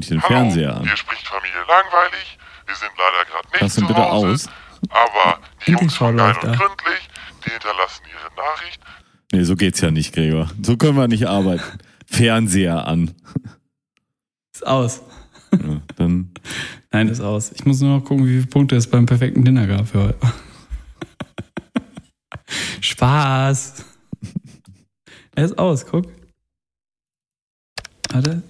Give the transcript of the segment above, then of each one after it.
eigentlich den Fernseher an? Hier spricht Familie Langweilig. Wir sind leider gerade nicht Lass ihn zu bitte Hause. aus. Aber die Jungs von Geil läuft und da. Gründlich, die hinterlassen ihre Nachricht. Nee, so geht's ja nicht, Gregor. So können wir nicht arbeiten. Fernseher an. Ist aus. Ja, dann Nein, ist aus. Ich muss nur noch gucken, wie viele Punkte es beim perfekten Dinner gab für heute. Spaß. Er ist aus, guck. Warte.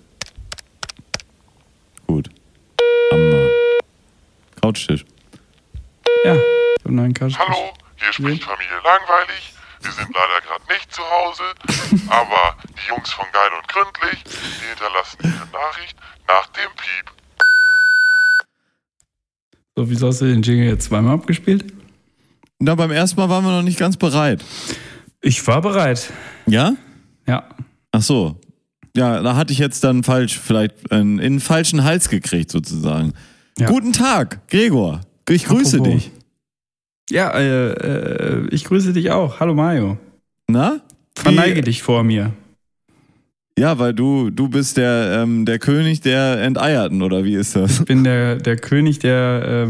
gut. Am Couchtisch. Ja, ich habe einen neuen Couch. Hallo, hier spricht Familie Langweilig. Wir sind leider gerade nicht zu Hause. Aber die Jungs von Geil und Gründlich, die hinterlassen ihre Nachricht nach dem Piep. So, wieso hast du den Jingle jetzt zweimal abgespielt? Na, beim ersten Mal waren wir noch nicht ganz bereit. Ich war bereit. Ja? Ja. Ach so. Ja, da hatte ich jetzt dann vielleicht in den falschen Hals gekriegt, sozusagen. Ja. Guten Tag, Gregor. Ich grüße Apropos. dich. Ja, ich grüße dich auch. Hallo Mario. Na? Verneige dich vor mir. Ja, weil du bist der König der Enteierten, oder wie ist das? Ich bin der König der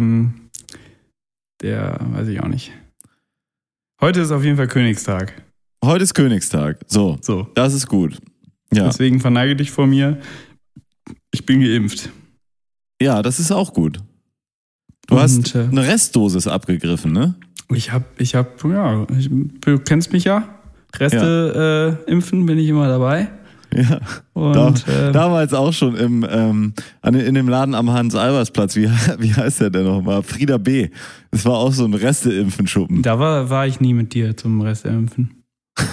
weiß ich auch nicht. Heute ist auf jeden Fall Königstag. Heute ist Königstag. So, So, das ist gut. Ja, deswegen verneige dich vor mir. Ich bin geimpft. ja, das ist auch gut. Du hast eine Restdosis abgegriffen, ne? Du kennst mich ja. Reste impfen bin ich immer dabei. Ja. Und Damals auch schon in dem Laden am Hans-Albers-Platz. Wie heißt der denn nochmal? Frieda B. Das war auch so ein Reste-Impfen-Schuppen. da war ich nie mit dir zum Resteimpfen.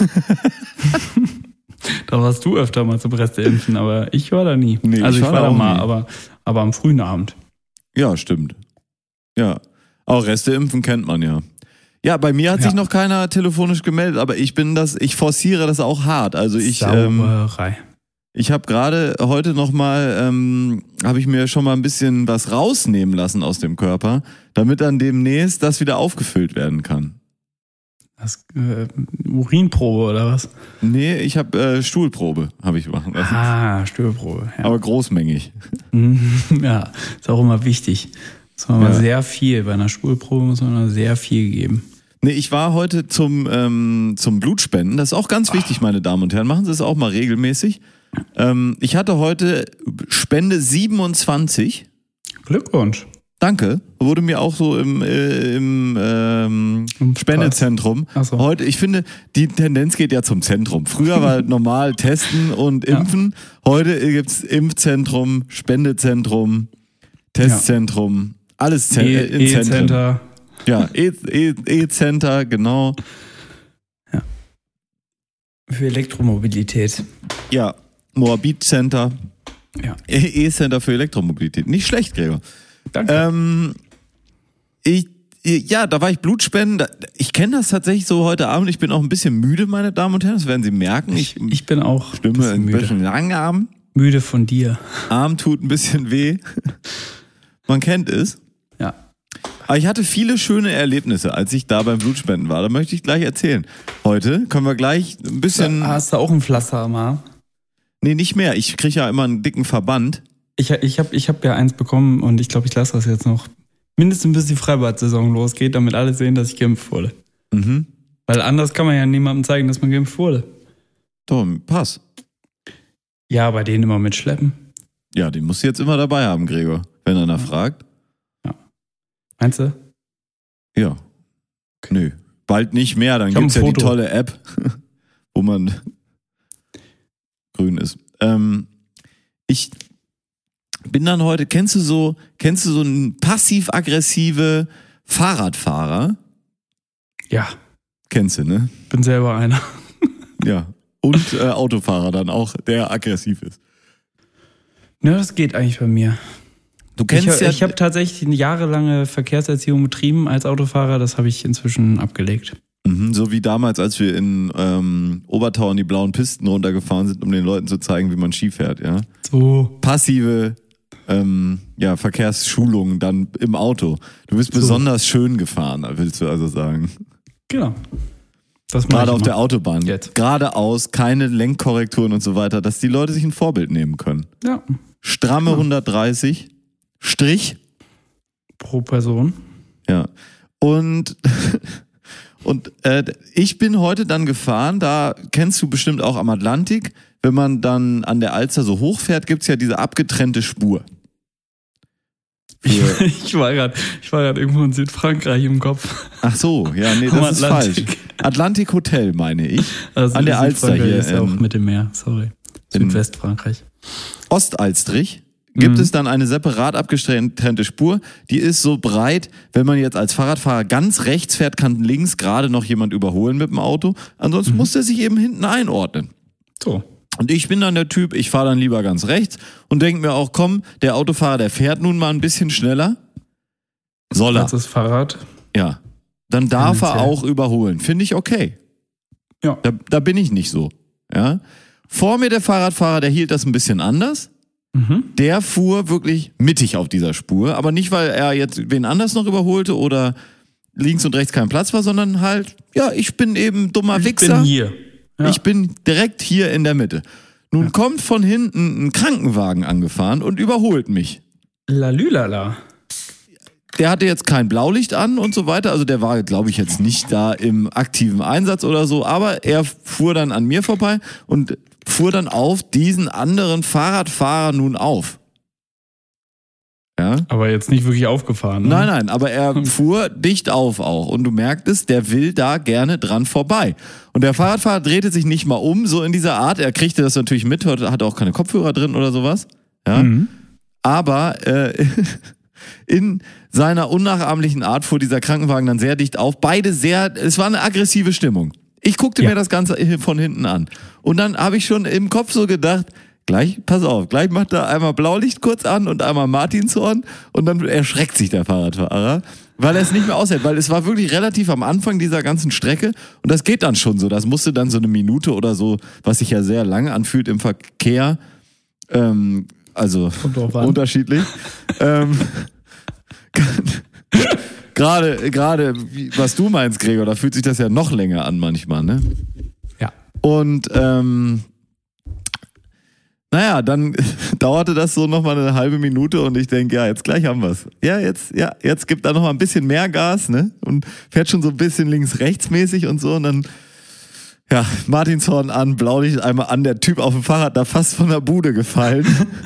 Da warst du öfter mal zum Resteimpfen, aber ich war da nie. Nee, also ich ich war war da da auch mal, nie. aber am frühen Abend. Ja, stimmt. Ja. Auch Reste-Impfen kennt man ja. Ja, bei mir hat sich noch keiner telefonisch gemeldet, aber ich forciere das auch hart. Also Sauerei. ich habe gerade heute nochmal, habe ich mir schon mal ein bisschen was rausnehmen lassen aus dem Körper, damit dann demnächst das wieder aufgefüllt werden kann. Das Urinprobe oder was? Nee, ich habe Stuhlprobe, habe ich machen lassen. Ah, Stuhlprobe. Ja. Aber großmängig. Ja, ist auch immer wichtig. Muss man mal sehr viel, bei einer Stuhlprobe muss man mal sehr viel geben. Nee, ich war heute zum Blutspenden. Das ist auch ganz wichtig, meine Damen und Herren. Machen Sie es auch mal regelmäßig. Ich hatte heute Spende 27. Glückwunsch. Danke. Wurde mir auch so im Spendezentrum. Ach so. Heute, ich finde, die Tendenz geht ja zum Zentrum. Früher war normal testen und impfen. Heute gibt's Impfzentrum, Spendezentrum, Testzentrum, alles in Zentren. E-Center. Ja, E-Center, genau. Ja. Für Elektromobilität. Ja, Moabit Center. Ja. E-Center für Elektromobilität. Nicht schlecht, Gregor. Danke. Da war ich Blutspenden. Ich kenne das tatsächlich so heute Abend. Ich bin auch ein bisschen müde, meine Damen und Herren. Das werden Sie merken. Ich bin auch Stimme ein bisschen langsam. müde von dir. Arm tut ein bisschen weh. Man kennt es. Ja. Aber ich hatte viele schöne Erlebnisse, als ich da beim Blutspenden war. Da möchte ich gleich erzählen. Heute können wir gleich ein bisschen... Hast du auch ein Pflaster am Arm? Nee, nicht mehr. Ich kriege ja immer einen dicken Verband. Ich hab ja eins bekommen und ich glaube, ich lasse das jetzt noch mindestens bis die Freibad-Saison losgeht, damit alle sehen, dass ich geimpft wurde. Mhm. Weil anders kann man ja niemandem zeigen, dass man geimpft wurde. So, Pass. Ja, bei denen immer mitschleppen. Ja, den musst du jetzt immer dabei haben, Gregor, wenn einer fragt. Meinst du? Ja. Nö. Bald nicht mehr, dann Ich hab gibt's ein ja die Foto. tolle App, wo man grün ist. Ich bin dann heute, kennst du so einen passiv-aggressive Fahrradfahrer? Ja, Kennst du, ne? bin selber einer. Ja. Und Autofahrer dann auch, der aggressiv ist. Ja, das geht eigentlich bei mir. Du kennst Ich habe tatsächlich eine jahrelange Verkehrserziehung betrieben als Autofahrer. Das habe ich inzwischen abgelegt. So wie damals, als wir in Obertauern die blauen Pisten runtergefahren sind, um den Leuten zu zeigen, wie man Ski fährt, ja. So. Passive Verkehrsschulungen dann im Auto. Du bist besonders schön gefahren, willst du also sagen. Genau. Das mache Gerade ich auf immer. der Autobahn. Jetzt. Geradeaus, keine Lenkkorrekturen und so weiter, dass die Leute sich ein Vorbild nehmen können. Ja. stramme 130 Strich. Pro Person. Ja. Und ich bin heute dann gefahren, da kennst du bestimmt auch am Atlantik, wenn man dann an der Alster so hochfährt, gibt's ja diese abgetrennte Spur. Ich war gerade irgendwo in Südfrankreich im Kopf. Ach so, ja, nee, das ist falsch. Atlantik Hotel, meine ich. Also an der Alster hier. Ist ja auch Mittelmeer, sorry. Südwestfrankreich. Ostalstrich gibt es dann eine separat abgetrennte Spur, die ist so breit, wenn man jetzt als Fahrradfahrer ganz rechts fährt, kann links gerade noch jemand überholen mit dem Auto. Ansonsten muss der sich eben hinten einordnen. So. Und ich bin dann der Typ, ich fahre dann lieber ganz rechts und denke mir auch, komm, der Autofahrer, der fährt nun mal ein bisschen schneller. Soll er. Als das Fahrrad. Ja. Dann darf er auch überholen. Finde ich okay. Ja. Da bin ich nicht so. Ja. Vor mir der Fahrradfahrer, der hielt das ein bisschen anders. Der fuhr wirklich mittig auf dieser Spur, aber nicht, weil er jetzt wen anders noch überholte oder links und rechts kein Platz war, sondern halt, ja, ich bin eben dummer Wichser. Ich bin hier. Ja. Ich bin direkt hier in der Mitte. Nun kommt von hinten ein Krankenwagen angefahren und überholt mich. Lalülala. Der hatte jetzt kein Blaulicht an und so weiter, also der war, glaube ich, jetzt nicht da im aktiven Einsatz oder so, aber er fuhr dann an mir vorbei und fuhr dann auf diesen anderen Fahrradfahrer nun auf. Ja? Aber jetzt nicht wirklich aufgefahren. Ne? Nein, aber er fuhr dicht auf auch und du merktest, der will da gerne dran vorbei. Und der Fahrradfahrer drehte sich nicht mal um, so in dieser Art, er kriegte das natürlich mit, hatte auch keine Kopfhörer drin oder sowas. Ja? Aber in seiner unnachahmlichen Art fuhr dieser Krankenwagen dann sehr dicht auf. Es war eine aggressive Stimmung. Ich guckte mir das Ganze von hinten an. Und dann habe ich schon im Kopf so gedacht, gleich macht er einmal Blaulicht kurz an und einmal Martinshorn und dann erschreckt sich der Fahrradfahrer, weil er es nicht mehr aushält. Weil es war wirklich relativ am Anfang dieser ganzen Strecke und das geht dann schon so. Das musste dann so eine Minute oder so, was sich ja sehr lange anfühlt im Verkehr, also unterschiedlich. Gerade, was du meinst, Gregor, da fühlt sich das ja noch länger an manchmal, ne? Ja. Und naja, dann dauerte das so nochmal eine halbe Minute und ich denke, ja, jetzt gleich haben wir's. Jetzt gibt er nochmal ein bisschen mehr Gas, ne? Und fährt schon so ein bisschen links-rechts-mäßig und so und dann, ja, Martinshorn an, Blaulicht einmal an, der Typ auf dem Fahrrad da fast von der Bude gefallen.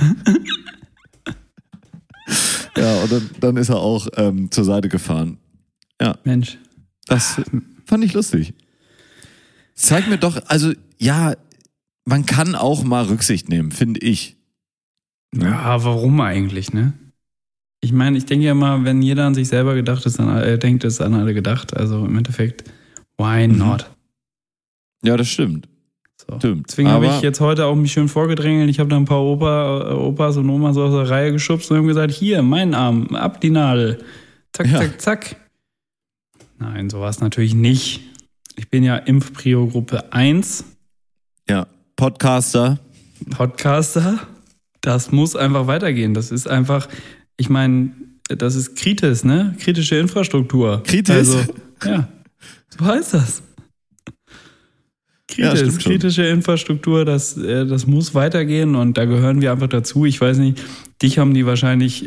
Ja, und dann ist er auch zur Seite gefahren. Ja. Mensch. Das fand ich lustig. Zeig mir doch, also ja, man kann auch mal Rücksicht nehmen, finde ich. Ja, warum eigentlich, ne? Ich meine, ich denke ja mal, wenn jeder an sich selber gedacht ist, dann denkt es an alle gedacht. Also im Endeffekt, why not? Ja, das stimmt. So. Deswegen habe ich jetzt heute auch mich schön vorgedrängelt. Ich habe da ein paar Opas und Omas aus der Reihe geschubst und haben gesagt, hier, mein Arm, ab die Nadel. Zack, zack, zack. Nein, so war es natürlich nicht. Ich bin ja Impfprio-Gruppe 1. Ja, Podcaster. Das muss einfach weitergehen. Das ist einfach, ich meine, das ist Kritis, ne? Kritische Infrastruktur. Kritis? Also, ja, so heißt das. Kritische Infrastruktur, das muss weitergehen und da gehören wir einfach dazu. Ich weiß nicht, dich haben die wahrscheinlich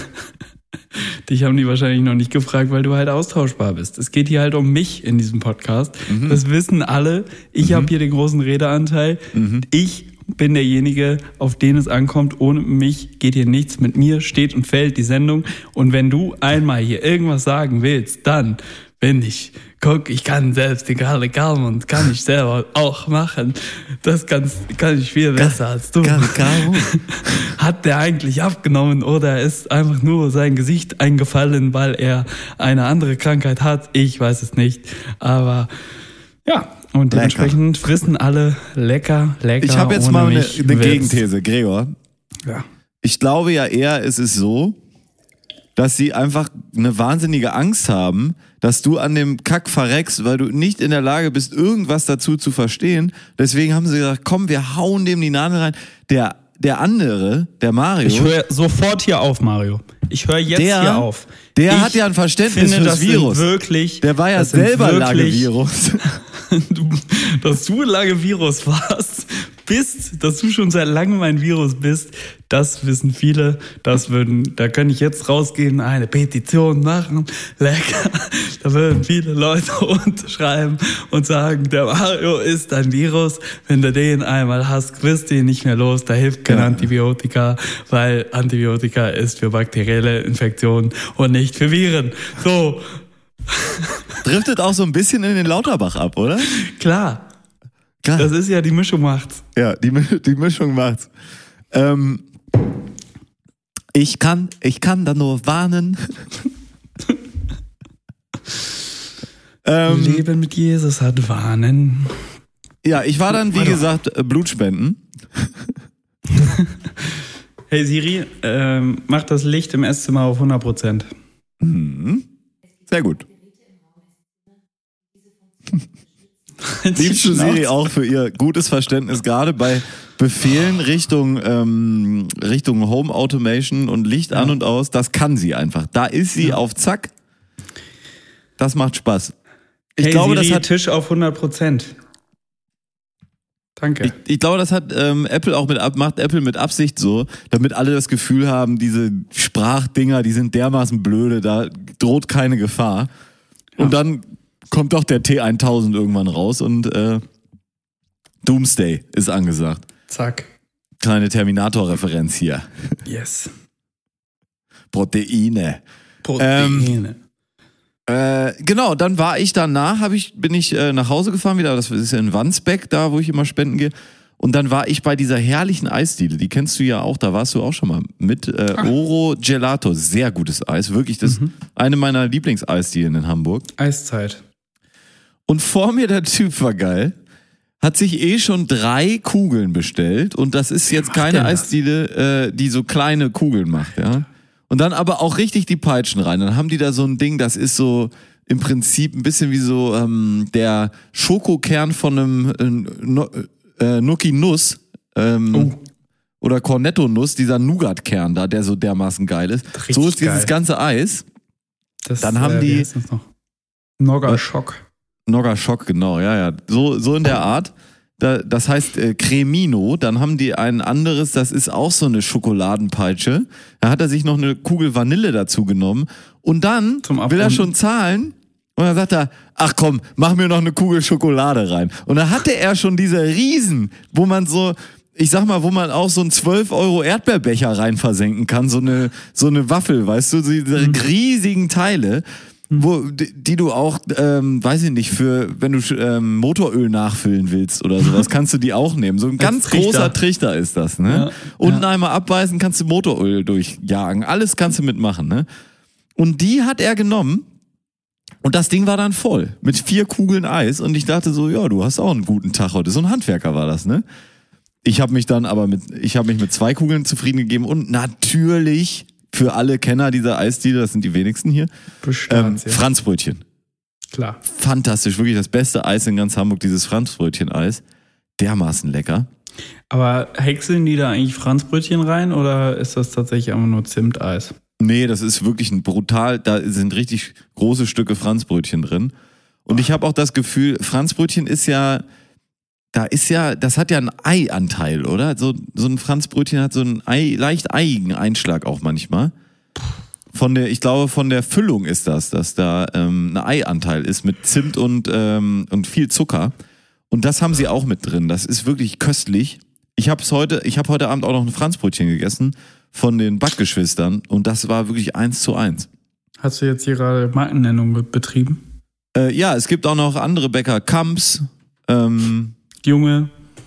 noch nicht gefragt, weil du halt austauschbar bist. Es geht hier halt um mich in diesem Podcast. Das wissen alle. Ich habe hier den großen Redeanteil. Ich bin derjenige, auf den es ankommt. Ohne mich geht hier nichts. Mit mir steht und fällt die Sendung. Und wenn du einmal hier irgendwas sagen willst, dann bin ich. Guck, ich kann selbst den Karl Kalmund, kann ich selber auch machen. Das kann ich viel besser als du. Hat der eigentlich abgenommen oder ist einfach nur sein Gesicht eingefallen, weil er eine andere Krankheit hat? Ich weiß es nicht. Aber ja, und dementsprechend wissen alle lecker. Ich habe jetzt mal eine Gegenthese, Gregor. Ja. Ich glaube ja eher, es ist so, dass sie einfach eine wahnsinnige Angst haben, dass du an dem Kack verreckst, weil du nicht in der Lage bist, irgendwas dazu zu verstehen. Deswegen haben sie gesagt, komm, wir hauen dem die Nadel rein. Der andere, der Mario. Ich höre sofort hier auf, Mario. Ich höre jetzt hier auf. Der hat ja ein Verständnis fürs Virus. Der war ja selber lange Virus. Dass du lange Virus warst, bist, dass du schon seit langem ein Virus bist, das wissen viele. Da kann ich jetzt rausgehen, eine Petition machen. Lecker. Da würden viele Leute unterschreiben und sagen, der Mario ist ein Virus. Wenn du den einmal hast, wirst du ihn nicht mehr los. Da hilft kein Antibiotika, weil Antibiotika ist für bakterielle Infektionen und nicht für Viren. So. Driftet auch so ein bisschen in den Lauterbach ab, oder? Klar. Das ist ja, die Mischung macht's. Ja, die Mischung macht's. Ich kann da nur warnen. Leben mit Jesus hat Warnen. Ja, ich war dann, wie gesagt, Blutspenden. Hey Siri, mach das Licht im Esszimmer auf 100%. Sehr gut. Liebst du Siri auch für ihr gutes Verständnis, gerade bei Befehlen Richtung Home Automation und Licht an und aus, das kann sie einfach. Da ist sie auf Zack. Das macht Spaß. Ich glaube, Siri, das hat Tisch auf 100%. Danke. Ich glaube, das hat Apple auch macht Apple mit Absicht so, damit alle das Gefühl haben, diese Sprachdinger, die sind dermaßen blöde, da droht keine Gefahr. Und dann kommt doch der T1000 irgendwann raus und Doomsday ist angesagt. Zack. Kleine Terminator-Referenz hier. Yes. Proteine. Genau, dann war ich danach, bin ich nach Hause gefahren wieder, das ist ja in Wandsbek, da wo ich immer spenden gehe. Und dann war ich bei dieser herrlichen Eisdiele, die kennst du ja auch, da warst du auch schon mal mit. Oro Gelato, sehr gutes Eis, wirklich eine meiner Lieblingseisdielen in Hamburg. Eiszeit. Und vor mir der Typ war geil, hat sich schon 3 Kugeln bestellt und das ist jetzt keine Eisdiele, die so kleine Kugeln macht, ja. Und dann aber auch richtig die Peitschen rein. Dann haben die da so ein Ding, das ist so im Prinzip ein bisschen wie so der Schokokern von einem Nuki-Nuss oder Cornetto-Nuss, dieser Nougat-Kern da, der so dermaßen geil ist. Richtig so ist dieses ganze Eis. Dann haben die Nogger-Schock. Nogger-Schock, genau, ja. So in der Art. Das heißt Cremino, dann haben die ein anderes, das ist auch so eine Schokoladenpeitsche. Da hat er sich noch eine Kugel Vanille dazu genommen und dann will er schon zahlen und dann sagt er, ach komm, mach mir noch eine Kugel Schokolade rein. Und dann hatte er schon diese Riesen, wo man so, ich sag mal, wo man auch so einen 12 € Erdbeerbecher rein versenken kann, so eine Waffel, weißt du, diese riesigen Teile. Die du auch, weiß ich nicht, wenn du Motoröl nachfüllen willst oder sowas, kannst du die auch nehmen. So ein ganz großer Trichter ist das, ne? Ja, unten einmal abbeißen, kannst du Motoröl durchjagen. Alles kannst du mitmachen, ne? Und die hat er genommen und das Ding war dann voll mit 4 Kugeln Eis und ich dachte so, ja, du hast auch einen guten Tag heute. So ein Handwerker war das, ne? Ich habe mich mit 2 Kugeln zufrieden gegeben und natürlich für alle Kenner dieser Eisdiele, das sind die wenigsten hier, Franzbrötchen. Klar. Fantastisch, wirklich das beste Eis in ganz Hamburg, dieses Franzbrötchen-Eis. Dermaßen lecker. Aber häckseln die da eigentlich Franzbrötchen rein oder ist das tatsächlich einfach nur Zimteis? Nee, das ist wirklich da sind richtig große Stücke Franzbrötchen drin. Und ich habe auch das Gefühl, Franzbrötchen das hat ja einen Eianteil, oder? So ein Franzbrötchen hat so einen leicht eiigen Einschlag auch manchmal. Ich glaube, von der Füllung ist dass da ein Eianteil ist mit Zimt und viel Zucker. Und das haben sie auch mit drin. Das ist wirklich köstlich. Ich habe heute Abend auch noch ein Franzbrötchen gegessen von den Backgeschwistern und das war wirklich 1:1. Hast du jetzt hier gerade Markennennung betrieben? Ja, es gibt auch noch andere Bäcker. Kamps, Junge.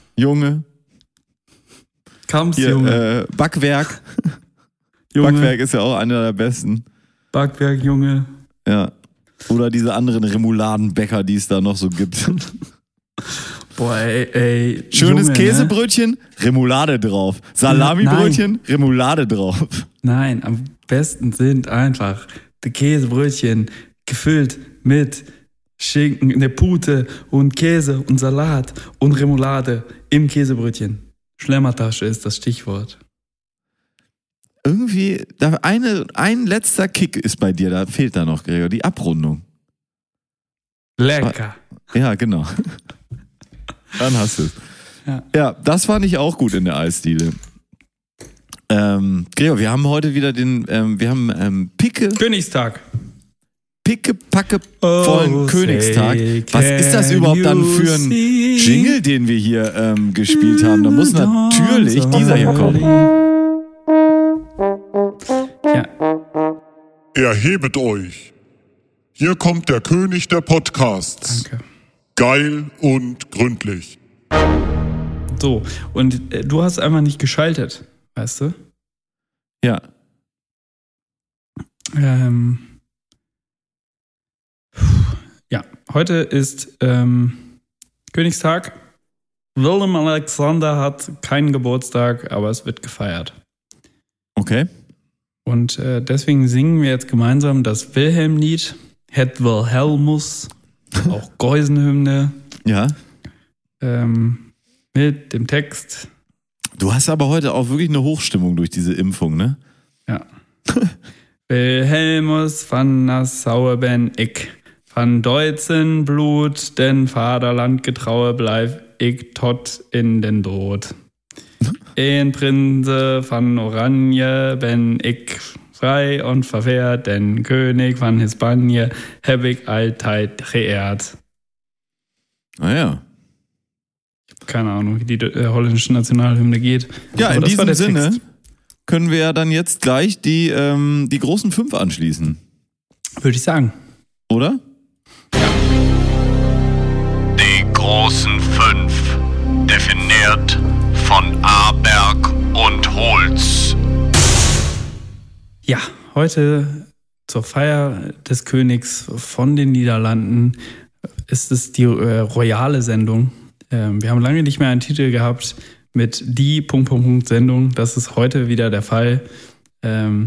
Kamps, hier, Junge. Backwerk. Junge. Backwerk ist ja auch einer der besten. Backwerk, Junge. Ja. Oder diese anderen Remouladenbäcker, die es da noch so gibt. Boah, ey. Schönes Junge, Käsebrötchen, ne? Remoulade drauf. Salamibrötchen, Remoulade drauf. Nein, am besten sind einfach die Käsebrötchen gefüllt mit Schinken, eine Pute und Käse und Salat und Remoulade im Käsebrötchen. Schlemmertasche ist das Stichwort. Irgendwie, ein letzter Kick ist bei dir, da fehlt da noch, Gregor, die Abrundung. Lecker. Ja, genau. Dann hast du es. Ja, das fand ich auch gut in der Eisdiele. Gregor, wir haben heute wieder Königstag. Picke vollen Königstag. Was ist das überhaupt dann für ein Jingle, den wir hier gespielt haben? Da muss natürlich dieser hier kommen. Ja. Erhebet euch. Hier kommt der König der Podcasts. Danke. Geil und gründlich. So, und du hast einfach nicht geschaltet, weißt du? Ja. Ja, heute ist Königstag. Willem Alexander hat keinen Geburtstag, aber es wird gefeiert. Okay. Und deswegen singen wir jetzt gemeinsam das Wilhelm-Lied, Het Wilhelmus, auch Geusenhymne. Ja. Mit dem Text. Du hast aber heute auch wirklich eine Hochstimmung durch diese Impfung, ne? Ja. Wilhelmus van Nassau ben ik, van Deutschen Blut, den Vaterland getraue bleib ik tot in den Tod. Een Prinze van Oranje ben ik frei und verwehrt, den König van Hispanie heb ik altijd geehrt. Naja. Keine Ahnung, wie die holländische Nationalhymne geht. Ja, aber in das war diesem der Sinne Text. können wir ja dann jetzt gleich die großen 5 anschließen. Würde ich sagen. Oder? Die großen 5, definiert von Aberg und Holz. Ja, heute zur Feier des Königs von den Niederlanden ist es die royale Sendung. Wir haben lange nicht mehr einen Titel gehabt mit die ... Sendung. Das ist heute wieder der Fall. Ein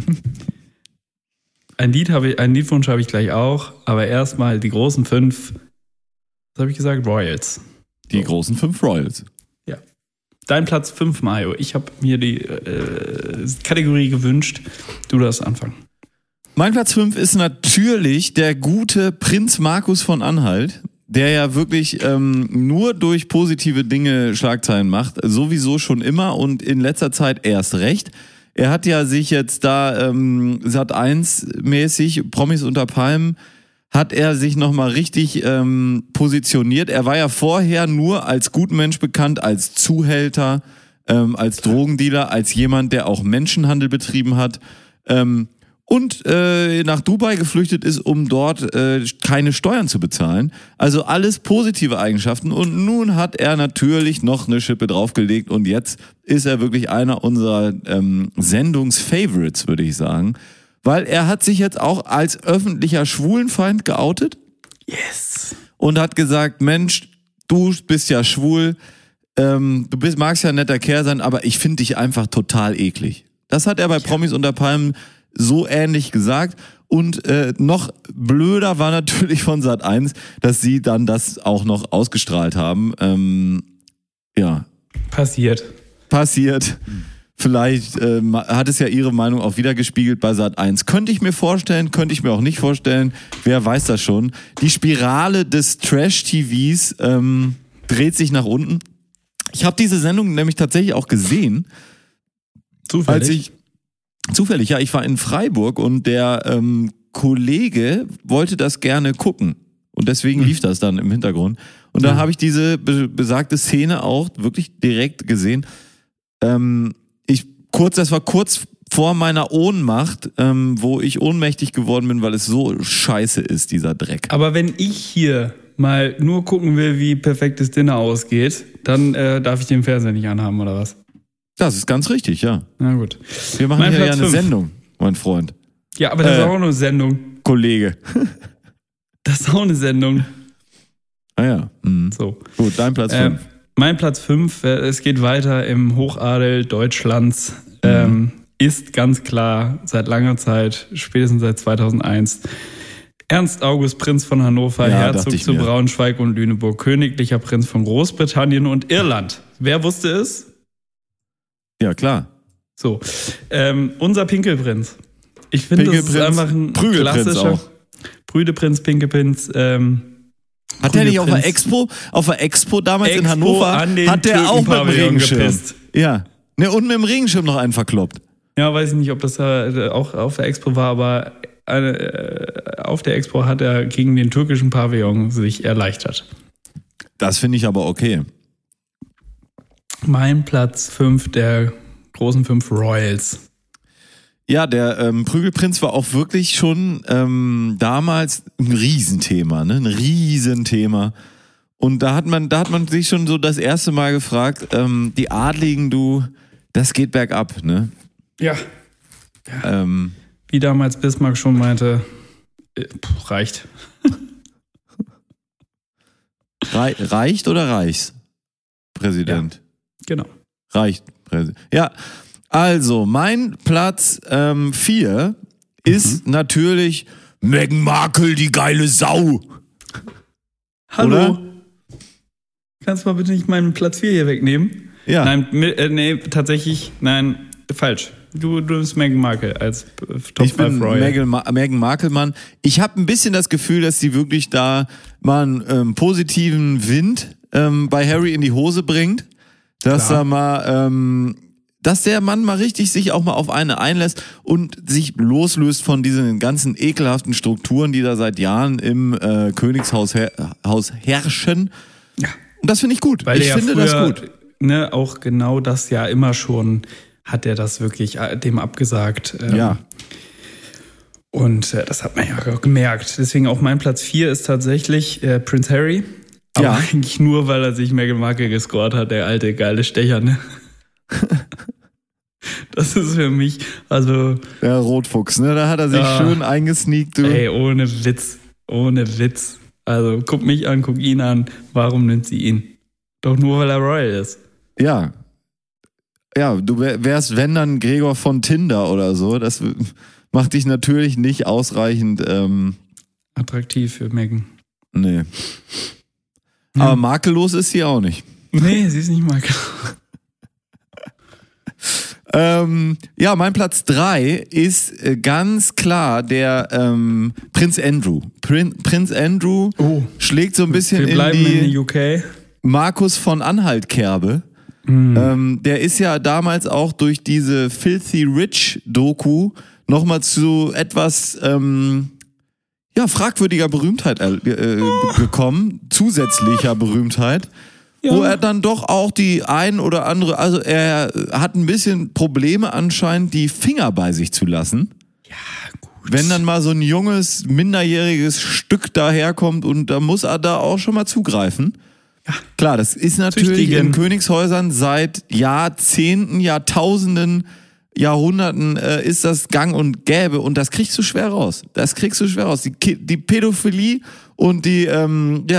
Liedwunsch habe ich gleich auch, aber erstmal die großen 5, was habe ich gesagt? Royals. Die großen 5 Royals. Ja. Dein Platz 5, Mario. Ich habe mir die Kategorie gewünscht. Du darfst anfangen. Mein Platz 5 ist natürlich der gute Prinz Markus von Anhalt, der ja wirklich nur durch positive Dinge Schlagzeilen macht, sowieso schon immer und in letzter Zeit erst recht. Er hat ja sich jetzt da Sat.1-mäßig, Promis unter Palmen, hat er sich nochmal richtig positioniert. Er war ja vorher nur als Gutmensch bekannt, als Zuhälter, als Drogendealer, als jemand, der auch Menschenhandel betrieben hat. Und nach Dubai geflüchtet ist, um dort keine Steuern zu bezahlen. Also alles positive Eigenschaften. Und nun hat er natürlich noch eine Schippe draufgelegt und jetzt ist er wirklich einer unserer Sendungsfavorites, würde ich sagen. Weil er hat sich jetzt auch als öffentlicher Schwulenfeind geoutet. Yes. Und hat gesagt, Mensch, du bist ja schwul, magst ja ein netter Kerl sein, aber ich finde dich einfach total eklig. Das hat er bei Promis unter Palmen so ähnlich gesagt. Und noch blöder war natürlich von Sat.1, dass sie dann das auch noch ausgestrahlt haben. Ja. Passiert. Vielleicht hat es ja ihre Meinung auch wieder gespiegelt bei Sat.1. Könnte ich mir vorstellen, könnte ich mir auch nicht vorstellen. Wer weiß das schon. Die Spirale des Trash-TVs dreht sich nach unten. Ich habe diese Sendung nämlich tatsächlich auch gesehen. Zufällig, ja. Ich war in Freiburg und der Kollege wollte das gerne gucken. Und deswegen lief das dann im Hintergrund. Und dann habe ich diese besagte Szene auch wirklich direkt gesehen. Das war kurz vor meiner Ohnmacht, wo ich ohnmächtig geworden bin, weil es so scheiße ist, dieser Dreck. Aber wenn ich hier mal nur gucken will, wie perfektes Dinner ausgeht, dann darf ich den Fernseher nicht anhaben, oder was? Das ist ganz richtig, ja. Na gut. Wir machen hier ja eine Sendung, mein Freund. Ja, aber das ist auch eine Sendung. Kollege. Das ist auch eine Sendung. Ah ja. Mhm. So. Gut, dein Platz 5. Mein Platz 5, es geht weiter im Hochadel Deutschlands, ist ganz klar seit langer Zeit, spätestens seit 2001, Ernst August Prinz von Hannover, Ja, Herzog zu Braunschweig und Lüneburg, königlicher Prinz von Großbritannien und Irland. Wer wusste es? Ja, klar. So, unser Pinkelprinz. Ich finde, das ist einfach ein Prügelprinz klassischer auch. Prüdeprinz, Pinkelprinz. Hat der nicht auf der Expo damals in Hannover, hat der auch mit dem Regenschirm gepisst. Ja. Ne, und mit dem Regenschirm noch einen verkloppt. Ja, weiß ich nicht, ob das auch auf der Expo war, aber auf der Expo hat er gegen den türkischen Pavillon sich erleichtert. Das finde ich aber okay. Mein Platz 5 der großen 5 Royals. Ja, der Prügelprinz war auch wirklich schon damals ein Riesenthema, ne? Ein Riesenthema. Und da hat man sich schon so das erste Mal gefragt, die Adligen, das geht bergab, ne? Ja. Wie damals Bismarck schon meinte, reicht. Reicht oder Reichspräsident? Ja, genau. Reicht, Präsident. Ja, also mein Platz 4 ist natürlich Meghan Markle, die geile Sau. Hallo? Oder? Kannst du mal bitte nicht meinen Platz 4 hier wegnehmen? Ja. Nein, tatsächlich, falsch. Du bist Meghan Markle als Top 5 Royal. Ich bin Meghan Markle, Mann. Ich habe ein bisschen das Gefühl, dass sie wirklich da mal einen positiven Wind bei Harry in die Hose bringt. Dass er mal, dass der Mann mal richtig sich auch mal auf eine einlässt und sich loslöst von diesen ganzen ekelhaften Strukturen, die da seit Jahren im Königshaus Haus herrschen. Ja. Und das finde ich gut. Weil ich finde früher, das gut. Ne, auch genau das ja immer schon hat er das wirklich dem abgesagt. Ja. Und das hat man ja auch gemerkt. Deswegen auch mein Platz 4 ist tatsächlich Prince Harry. Aber eigentlich nur, weil er sich Meghan Markle gescored hat, der alte geile Stecher, ne? Das ist für mich, also... Der Rotfuchs, ne? Da hat er sich schön eingesneakt, du. Ey, ohne Witz. Also guck mich an, guck ihn an. Warum nimmt sie ihn? Doch nur, weil er Royal ist. Ja. Ja, du wärst, wenn dann Gregor von Tinder oder so. Das macht dich natürlich nicht ausreichend attraktiv für Meghan. Nee. Aber makellos ist sie auch nicht. Nee, sie ist nicht makellos. Ja, mein Platz 3 ist ganz klar der Prinz Andrew. Prinz Andrew schlägt so ein bisschen in die UK. Markus von Anhalt-Kerbe. Der ist ja damals auch durch diese Filthy Rich Doku nochmal zu etwas fragwürdiger Berühmtheit gekommen, zusätzlicher Berühmtheit, wo er dann doch auch die ein oder andere, also er hat ein bisschen Probleme anscheinend, die Finger bei sich zu lassen. Ja, gut. Wenn dann mal so ein junges, minderjähriges Stück daherkommt und da muss er da auch schon mal zugreifen. Ja. Klar, das ist natürlich in Königshäusern seit Jahrzehnten, Jahrtausenden, Jahrhunderten ist das gang und gäbe und das kriegst du schwer raus. Die Pädophilie und der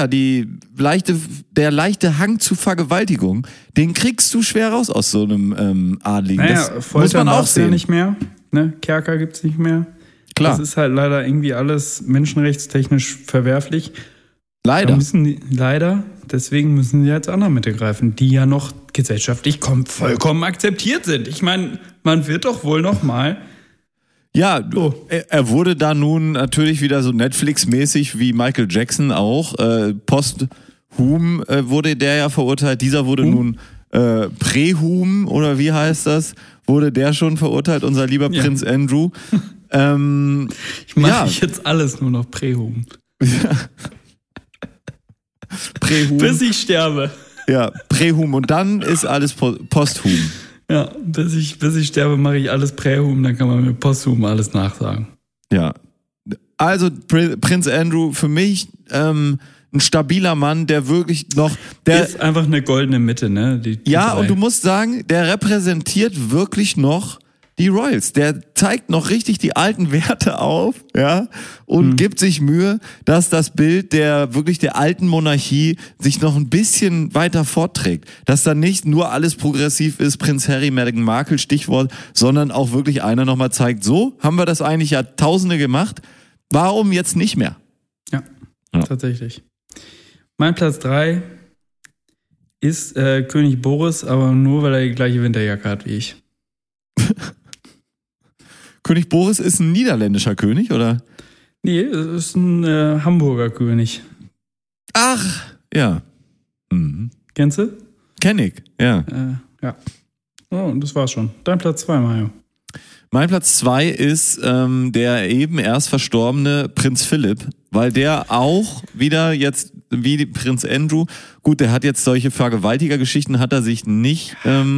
leichte Hang zu Vergewaltigung, den kriegst du schwer raus aus so einem Adligen. Naja, das muss man auch sehen. Ja nicht mehr, ne? Kerker gibt's nicht mehr. Klar. Das ist halt leider irgendwie alles menschenrechtstechnisch verwerflich. Leider. Deswegen müssen sie jetzt andere Mittel greifen, die ja noch gesellschaftlich vollkommen akzeptiert sind. Ich meine, man wird doch wohl noch mal... Ja, er wurde da nun natürlich wieder so Netflix-mäßig wie Michael Jackson auch. Posthum wurde der ja verurteilt. Dieser wurde nun Prähum, oder wie heißt das? Wurde der schon verurteilt, unser lieber Prinz Andrew. Ich mache jetzt alles nur noch Prähum. Prähum. Bis ich sterbe. Ja, Prähum. Und dann ist alles Posthum. Ja, bis ich sterbe, mache ich alles Prähum, dann kann man mit Posthum alles nachsagen. Ja. Also Prinz Andrew, für mich ein stabiler Mann, der wirklich noch... Der ist einfach eine goldene Mitte, ne? Die und du musst sagen, der repräsentiert wirklich noch die Royals. Der zeigt noch richtig die alten Werte auf, ja, und gibt sich Mühe, dass das Bild der alten Monarchie sich noch ein bisschen weiter fortträgt. Dass da nicht nur alles progressiv ist, Prinz Harry, Meghan Markle, Stichwort, sondern auch wirklich einer nochmal zeigt, so haben wir das eigentlich Jahrtausende gemacht, warum jetzt nicht mehr? Ja. Tatsächlich. Mein Platz 3 ist König Boris, aber nur, weil er die gleiche Winterjacke hat wie ich. König Boris ist ein niederländischer König, oder? Nee, es ist ein Hamburger König. Ach, ja. Mhm. Kennst du? Kenn ich, ja. Ja. Oh, und das war's schon. Dein Platz 2, Mario. Mein Platz 2 ist der eben erst verstorbene Prinz Philipp, weil der auch wieder jetzt wie Prinz Andrew, gut, der hat jetzt solche Vergewaltigergeschichten, hat er sich nicht,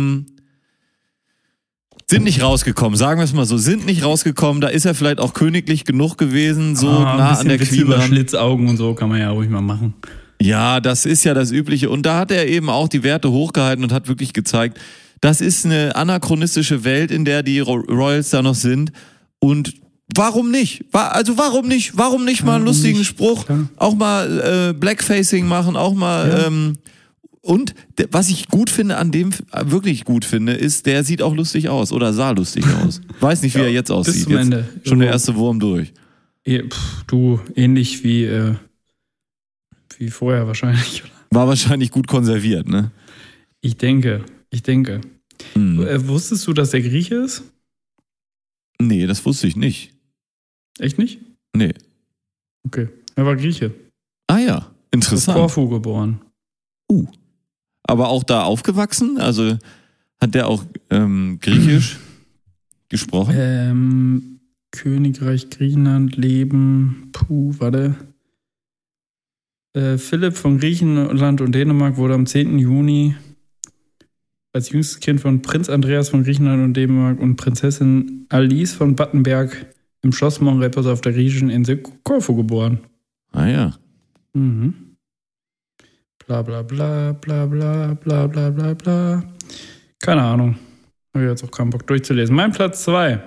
sind nicht rausgekommen, sagen wir es mal so, sind nicht rausgekommen, da ist er vielleicht auch königlich genug gewesen, so nah an der Queen über Schlitzaugen und so kann man ja ruhig mal machen. Ja, das ist ja das Übliche und da hat er eben auch die Werte hochgehalten und hat wirklich gezeigt, das ist eine anachronistische Welt, in der die Royals da noch sind. Und warum nicht? Also warum nicht? Warum nicht mal einen lustigen Spruch? Klar. Auch mal Blackfacing machen, auch mal... Ja. Und was ich gut finde, an dem wirklich gut finde, ist, der sieht auch lustig aus oder sah lustig aus. Weiß nicht, wie er jetzt aussieht. Bis zum Ende. Schon der erste Wurm durch. Du, ähnlich wie vorher wahrscheinlich. War wahrscheinlich gut konserviert, ne? Ich denke. Wusstest du, dass der Grieche ist? Nee, das wusste ich nicht. Echt nicht? Nee. Okay, er war Grieche. Ah ja, interessant. Auf Korfu geboren. Aber auch da aufgewachsen? Also hat der auch Griechisch gesprochen? Königreich Griechenland, Leben, warte. Philipp von Griechenland und Dänemark wurde am 10. Juni als jüngstes Kind von Prinz Andreas von Griechenland und Dänemark und Prinzessin Alice von Battenberg im Schloss Montrepos auf der griechischen Insel Korfu geboren. Ah ja. Mhm. Bla bla bla bla bla bla bla bla bla. Keine Ahnung. Habe ich jetzt auch keinen Bock durchzulesen. Mein Platz 2.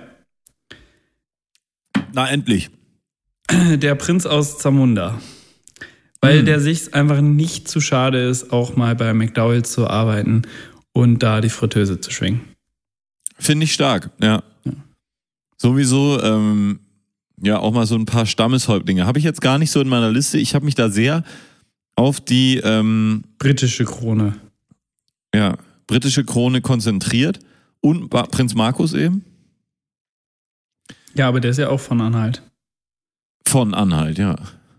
Na, endlich. Der Prinz aus Zamunda. Weil der sich einfach nicht zu schade ist, auch mal bei McDowell's zu arbeiten und da die Fritteuse zu schwingen. Finde ich stark, ja. Sowieso, ja, auch mal so ein paar Stammeshäuptlinge. Habe ich jetzt gar nicht so in meiner Liste. Ich habe mich da sehr auf die britische Krone. Ja, britische Krone konzentriert. Und Prinz Markus eben. Ja, aber der ist ja auch von Anhalt. Von Anhalt, ja.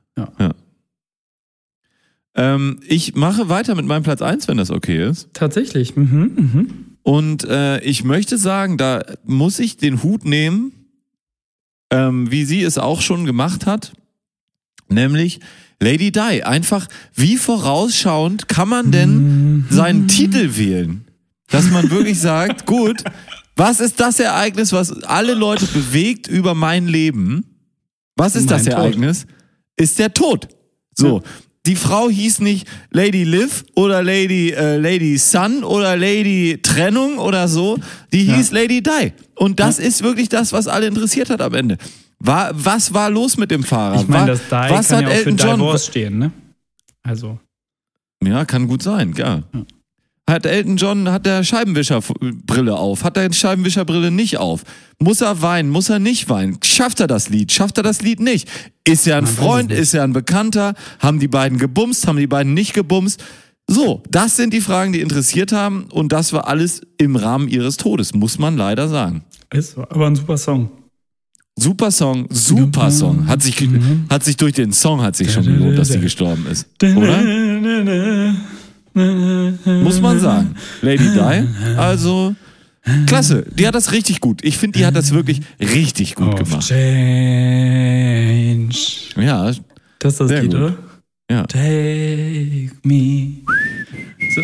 Ich mache weiter mit meinem Platz 1, wenn das okay ist. Tatsächlich. Und ich möchte sagen, da muss ich den Hut nehmen, wie sie es auch schon gemacht hat, nämlich Lady Di. Einfach, wie vorausschauend kann man denn seinen Titel wählen? Dass man wirklich sagt, gut, was ist das Ereignis, was alle Leute bewegt über mein Leben? Was ist das Ereignis? Ist der Tod. So. Ja. Die Frau hieß nicht Lady Liv oder Lady Sun oder Lady Trennung oder so. Die hieß Lady Di. Und das ist wirklich das, was alle interessiert hat am Ende. Was war los mit dem Fahrer? Ich meine, das Di was kann ja auch für Divorce stehen, ne? Also. Ja, kann gut sein, ja. Hat Elton John, hat der Scheibenwischerbrille auf? Hat er die Scheibenwischerbrille nicht auf? Muss er weinen? Muss er nicht weinen? Schafft er das Lied? Schafft er das Lied nicht? Ist er ein Freund? Ist er ein Bekannter? Haben die beiden gebumst? Haben die beiden nicht gebumst? So, das sind die Fragen, die interessiert haben. Und das war alles im Rahmen ihres Todes, muss man leider sagen. Ist aber ein super Song. Super Song. Hat sich durch den Song schon gelohnt, dass sie gestorben ist. Oder? Muss man sagen. Lady Di, also klasse. Die hat das richtig gut. Ich finde, die hat das wirklich richtig gut gemacht. Change. Ja. Das ist das Lied, gut. Oder? Ja. Take me. So.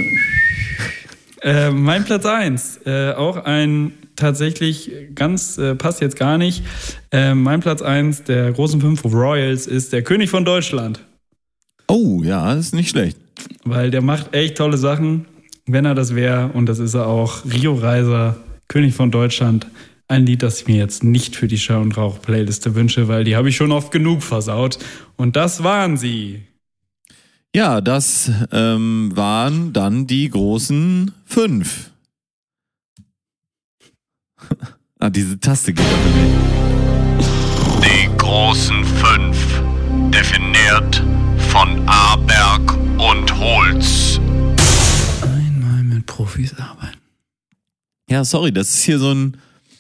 Mein Platz 1. Auch ein tatsächlich ganz, passt jetzt gar nicht. Mein Platz 1 der großen 5 Royals ist der König von Deutschland. Oh, ja, das ist nicht schlecht. Weil der macht echt tolle Sachen, wenn er das wäre. Und das ist er auch. Rio Reiser, König von Deutschland. Ein Lied, das ich mir jetzt nicht für die Schau- und Rauch-Playliste wünsche, weil die habe ich schon oft genug versaut. Und das waren sie. Ja, das waren dann die großen 5. Diese Taste geht aber nicht. Die großen 5. Definiert von Aberg und Holz. Einmal mit Profis arbeiten. Ja, sorry, das ist hier so ein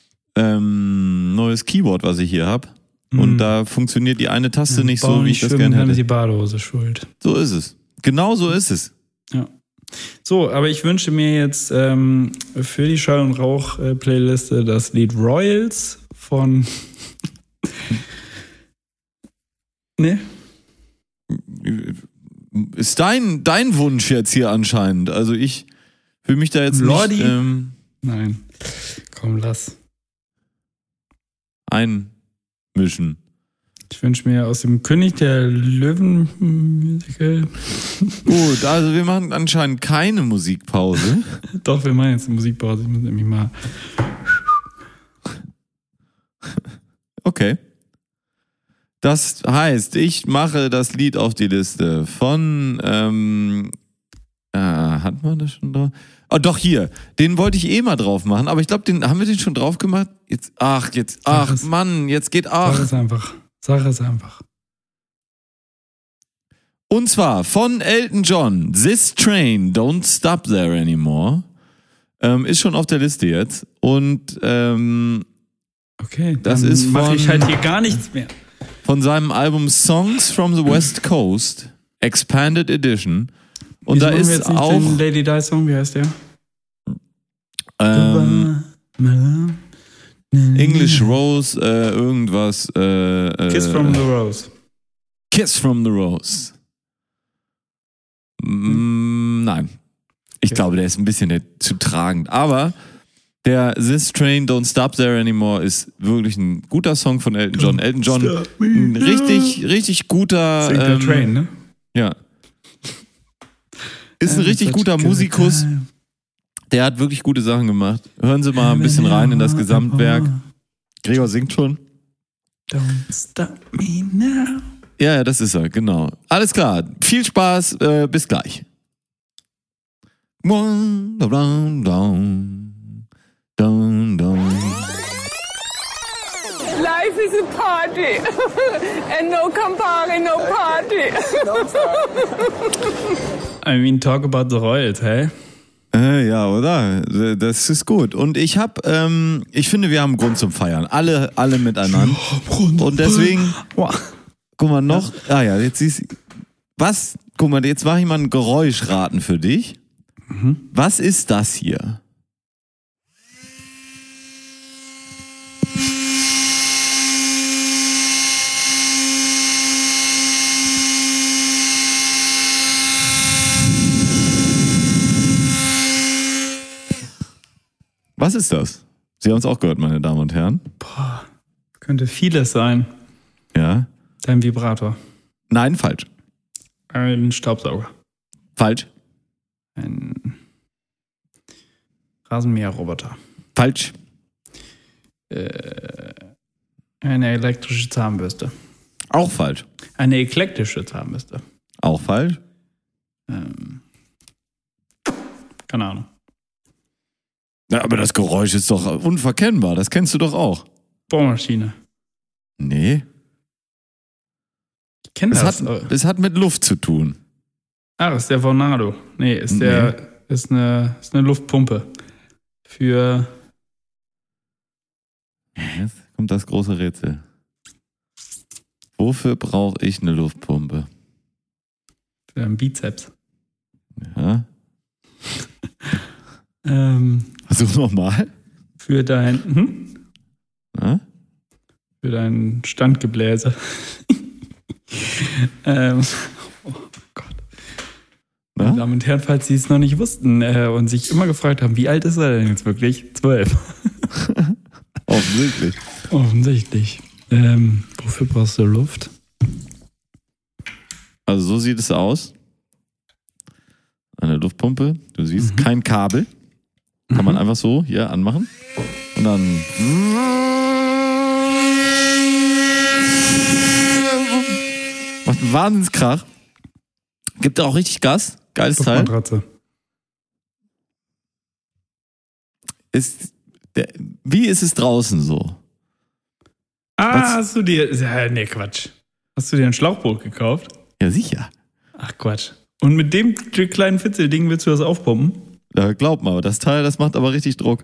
neues Keyboard, was ich hier habe. Und da funktioniert die eine Taste nicht so, wie ich das gerne hätte. Die Badehose schuld. So ist es. Genau so ist es. Ja. So, aber ich wünsche mir jetzt für die Schall- und Rauch-Playliste das Lied Royals von... Ne? Ist dein Wunsch jetzt hier anscheinend. Also ich fühle mich da jetzt Lordi? nicht Nein. Komm, lass. einmischen. Ich wünsche mir aus dem König der Löwen Musical. Gut, also wir machen anscheinend keine Musikpause. Doch, wir machen jetzt eine Musikpause. Ich muss nämlich mal. Okay. Das heißt, ich mache das Lied auf die Liste von, hatten wir das schon drauf? Oh, doch, hier. Den wollte ich mal drauf machen, aber ich glaube, haben wir den schon drauf gemacht? Jetzt geht, Sag es einfach. Und zwar von Elton John, This Train Don't Stop There Anymore. Ist schon auf der Liste jetzt. Und, okay, das ist mache ich halt hier gar nichts mehr. Von seinem Album Songs from the West Coast, Expanded Edition. Und wieso da ist wir jetzt nicht auch den Lady Di Song, wie heißt der? English Rose, irgendwas. Kiss from the Rose. Kiss from the Rose. Nein. Ich glaube, der ist ein bisschen zu tragend. Aber der This Train Don't Stop There Anymore ist wirklich ein guter Song von Elton John. Elton John, ein richtig guter. Singt der Train, ne? Ja. Ist ein richtig guter Musikus. Der hat wirklich gute Sachen gemacht. Hören Sie mal ein bisschen rein in das Gesamtwerk. Gregor singt schon. Don't stop me now. Ja, das ist er, genau. Alles klar. Viel Spaß. Bis gleich. Life is a party. And no Campari, no party. I mean, talk about the Royals, hey? Ja, oder? Das ist gut. Und ich finde, wir haben Grund zum Feiern. Alle miteinander. Und deswegen, guck mal noch. Ah ja, jetzt siehst du. Was? Guck mal, jetzt mache ich mal ein Geräuschraten für dich. Was ist das hier? Was ist das? Sie haben es auch gehört, meine Damen und Herren. Boah, könnte vieles sein. Ja. Dein Vibrator. Nein, falsch. Ein Staubsauger. Falsch. Ein Rasenmäherroboter. Falsch. Eine elektrische Zahnbürste. Auch falsch. Eine eklektische Zahnbürste. Auch falsch. Keine Ahnung. Ja, aber das Geräusch ist doch unverkennbar. Das kennst du doch auch. Bohrmaschine. Nee. Ich kenne das. Es hat mit Luft zu tun. Ah, das ist der Vornado. Nee, ist eine Luftpumpe. Für. Jetzt kommt das große Rätsel. Wofür brauche ich eine Luftpumpe? Für einen Bizeps. Ja. Versuch nochmal. Für dein. Ja? Für dein Standgebläse. Oh Gott. Meine Damen und Herren, falls Sie es noch nicht wussten und sich immer gefragt haben, wie alt ist er denn jetzt wirklich? 12. Offensichtlich. Offensichtlich. Wofür brauchst du Luft? Also so sieht es aus. Eine Luftpumpe. Du siehst kein Kabel. Kann man einfach so hier anmachen. Und dann. Macht einen Wahnsinnskrach. Gibt auch richtig Gas. Geiles Teil. Luftmatratze. Wie ist es draußen so? Hast du dir. Nee, Quatsch. Hast du dir ein Schlauchboot gekauft? Ja, sicher. Ach, Quatsch. Und mit dem kleinen Fitzelding willst du das aufpumpen? Ja, glaub mal, das Teil, das macht aber richtig Druck.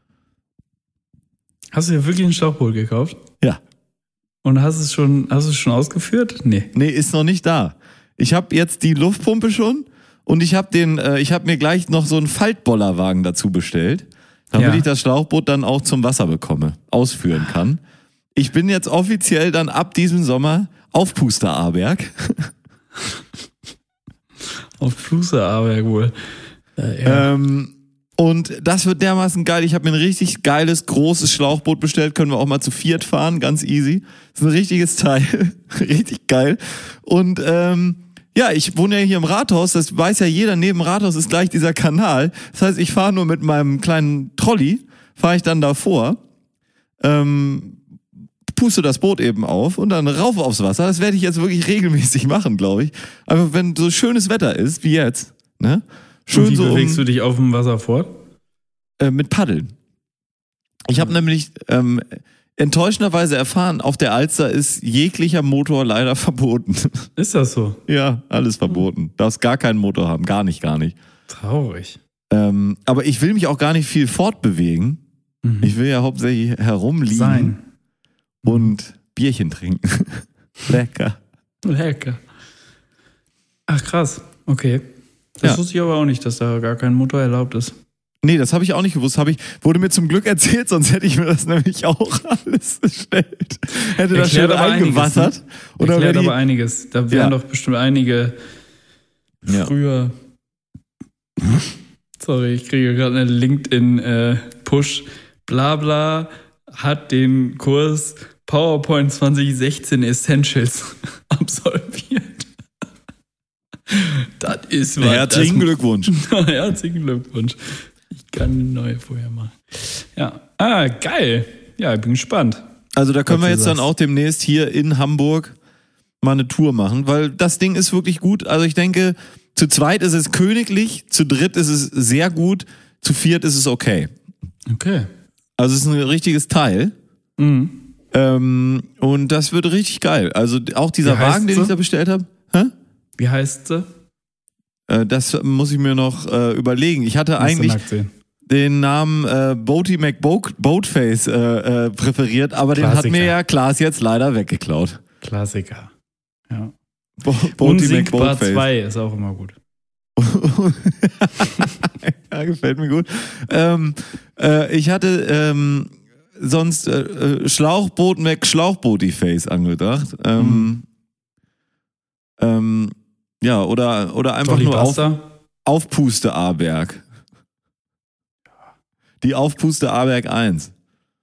Hast du dir wirklich ein Schlauchboot gekauft? Ja. Und hast du es schon ausgeführt? Nee. Nee, ist noch nicht da. Ich habe jetzt die Luftpumpe schon und ich habe mir gleich noch so einen Faltbollerwagen dazu bestellt, damit ich das Schlauchboot dann auch zum Wasser bekomme, ausführen kann. Ich bin jetzt offiziell dann ab diesem Sommer auf Puster Aberg. Auf Puster Aberg wohl. Und das wird dermaßen geil. Ich habe mir ein richtig geiles, großes Schlauchboot bestellt. Können wir auch mal zu viert fahren, ganz easy. Das ist ein richtiges Teil. Richtig geil. Und ich wohne ja hier im Rathaus. Das weiß ja jeder. Neben dem Rathaus ist gleich dieser Kanal. Das heißt, ich fahre nur mit meinem kleinen Trolley, fahre ich dann davor, puste das Boot eben auf und dann rauf aufs Wasser. Das werde ich jetzt wirklich regelmäßig machen, glaube ich. Aber wenn so schönes Wetter ist, wie jetzt, ne? Schön und wie so bewegst du dich auf dem Wasser fort? Mit Paddeln. Ich habe nämlich enttäuschenderweise erfahren, auf der Alster ist jeglicher Motor leider verboten. Ist das so? Ja, alles verboten. Darfst gar keinen Motor haben, gar nicht. Traurig. Aber ich will mich auch gar nicht viel fortbewegen. Ich will ja hauptsächlich herumliegen und Bierchen trinken. Lecker. Ach krass, okay. Das wusste ich aber auch nicht, dass da gar kein Motor erlaubt ist. Nee, das habe ich auch nicht gewusst. Wurde mir zum Glück erzählt, sonst hätte ich mir das nämlich auch alles bestellt. Hätte das schön eingewassert. Erklärt aber einiges. Da wären doch bestimmt einige früher... Sorry, ich kriege gerade eine LinkedIn-Push. Blabla hat den Kurs PowerPoint 2016 Essentials absolviert. Das ist was. Herzlichen Glückwunsch. Herzlichen Glückwunsch. Ich kann eine neue vorher machen. Ja. Geil. Ja, ich bin gespannt. Also da können wir jetzt dann auch demnächst hier in Hamburg mal eine Tour machen, weil das Ding ist wirklich gut. Also ich denke, zu zweit ist es königlich, zu dritt ist es sehr gut, zu viert ist es okay. Okay. Also es ist ein richtiges Teil. Und das wird richtig geil. Also auch dieser Wagen, den ich da bestellt habe. Wie heißt sie? Das muss ich mir noch überlegen. Ich hatte eigentlich den Namen Boaty McBoatface präferiert, aber Klassiker. Den hat mir ja Klaas jetzt leider weggeklaut. Klassiker. Ja. Unsinkbar 2 ist auch immer gut. Ja, gefällt mir gut. Ich hatte sonst Schlauchboot McSchlauchbooty-Face angedacht. Oder einfach nur Aufpuste Aberg. Die Aufpuste Aberg 1.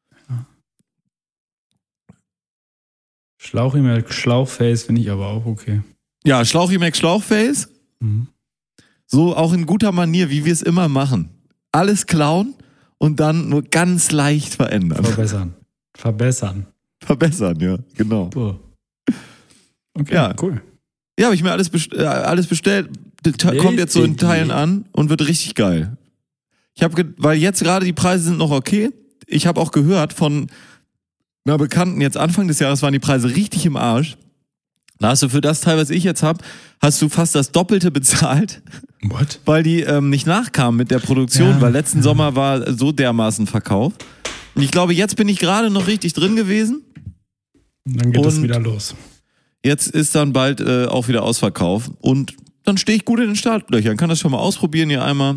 Schlauchi Schlauchface finde ich aber auch okay. Ja, Schlauchi Schlauchface. So auch in guter Manier, wie wir es immer machen. Alles klauen und dann nur ganz leicht verändern. Verbessern, ja, genau. Boah. Okay, ja. Cool. Ja, habe ich mir alles bestellt. Kommt jetzt so in Teilen an und wird richtig geil. Weil jetzt gerade die Preise sind noch okay. Ich habe auch gehört von einer Bekannten, jetzt Anfang des Jahres waren die Preise richtig im Arsch. Da hast du für das Teil, was ich jetzt habe, hast du fast das Doppelte bezahlt. What? Weil die nicht nachkamen mit der Produktion, weil letzten Sommer war so dermaßen verkauft. Und ich glaube, jetzt bin ich gerade noch richtig drin gewesen. Und dann geht es wieder los. Jetzt ist dann bald auch wieder Ausverkauf. Und dann stehe ich gut in den Startlöchern. Kann das schon mal ausprobieren hier einmal.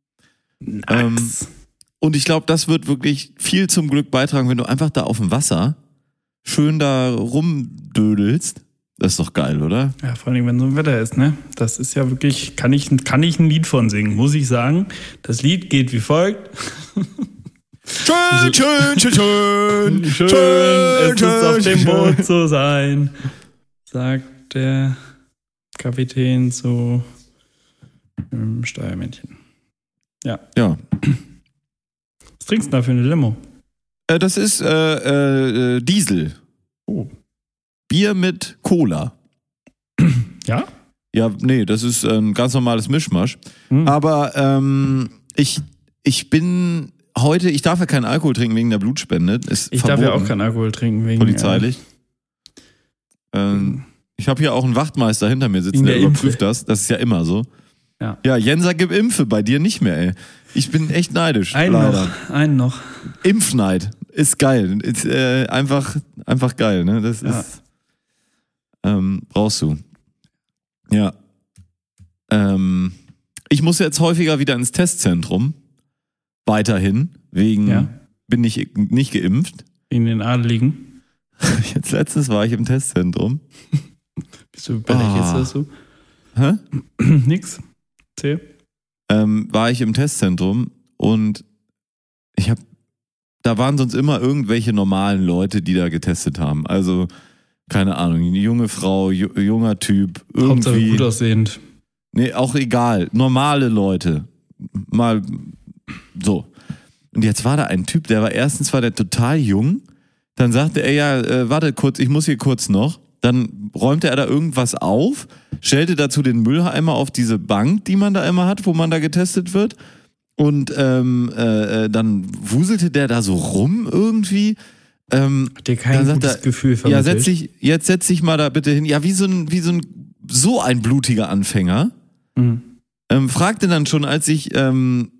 Und ich glaube, das wird wirklich viel zum Glück beitragen, wenn du einfach da auf dem Wasser schön da rumdödelst. Das ist doch geil, oder? Ja, vor allem, wenn so ein Wetter ist, ne? Das ist ja wirklich, kann ich ein Lied von singen, muss ich sagen. Das Lied geht wie folgt. Schön, schön, schön, schön, schön, es ist auf dem Boot zu sein, sagt der Kapitän zu dem Steuermännchen. Ja. Was trinkst du da für eine Limo? Das ist Diesel. Oh. Bier mit Cola. Ja? Ja, nee, das ist ein ganz normales Mischmasch. Aber ich bin heute, ich darf ja keinen Alkohol trinken wegen der Blutspende. Ich darf ja auch keinen Alkohol trinken wegen polizeilich. Ich habe hier auch einen Wachtmeister hinter mir sitzen, der überprüft das. Das ist ja immer so. Ja, Jenser, gib Impfe, bei dir nicht mehr, ey. Ich bin echt neidisch. Einen noch. Impfneid ist geil. Ist einfach geil, ne? Das ist brauchst du. Ja. Ich muss jetzt häufiger wieder ins Testzentrum. Weiterhin. Bin ich nicht geimpft. Wegen den Adeligen. Jetzt letztens war ich im Testzentrum. Bist du jetzt das so? Hä? Nix. Erzähl. War ich im Testzentrum und da waren sonst immer irgendwelche normalen Leute, die da getestet haben. Also, keine Ahnung, eine junge Frau, junger Typ, irgendwie. Hauptsache gut aussehend. Nee, auch egal. Normale Leute. Mal so. Und jetzt war da ein Typ, erstens war der total jung. Dann sagte er, ja, warte kurz, ich muss hier kurz noch. Dann räumte er da irgendwas auf, stellte dazu den Mülleimer auf diese Bank, die man da immer hat, wo man da getestet wird. Und dann wuselte der da so rum irgendwie. Hat dir kein gutes Gefühl vermittelt? Ja, setz dich mal da bitte hin. Ja, wie so ein blutiger Anfänger. Mhm. Fragte dann schon, als er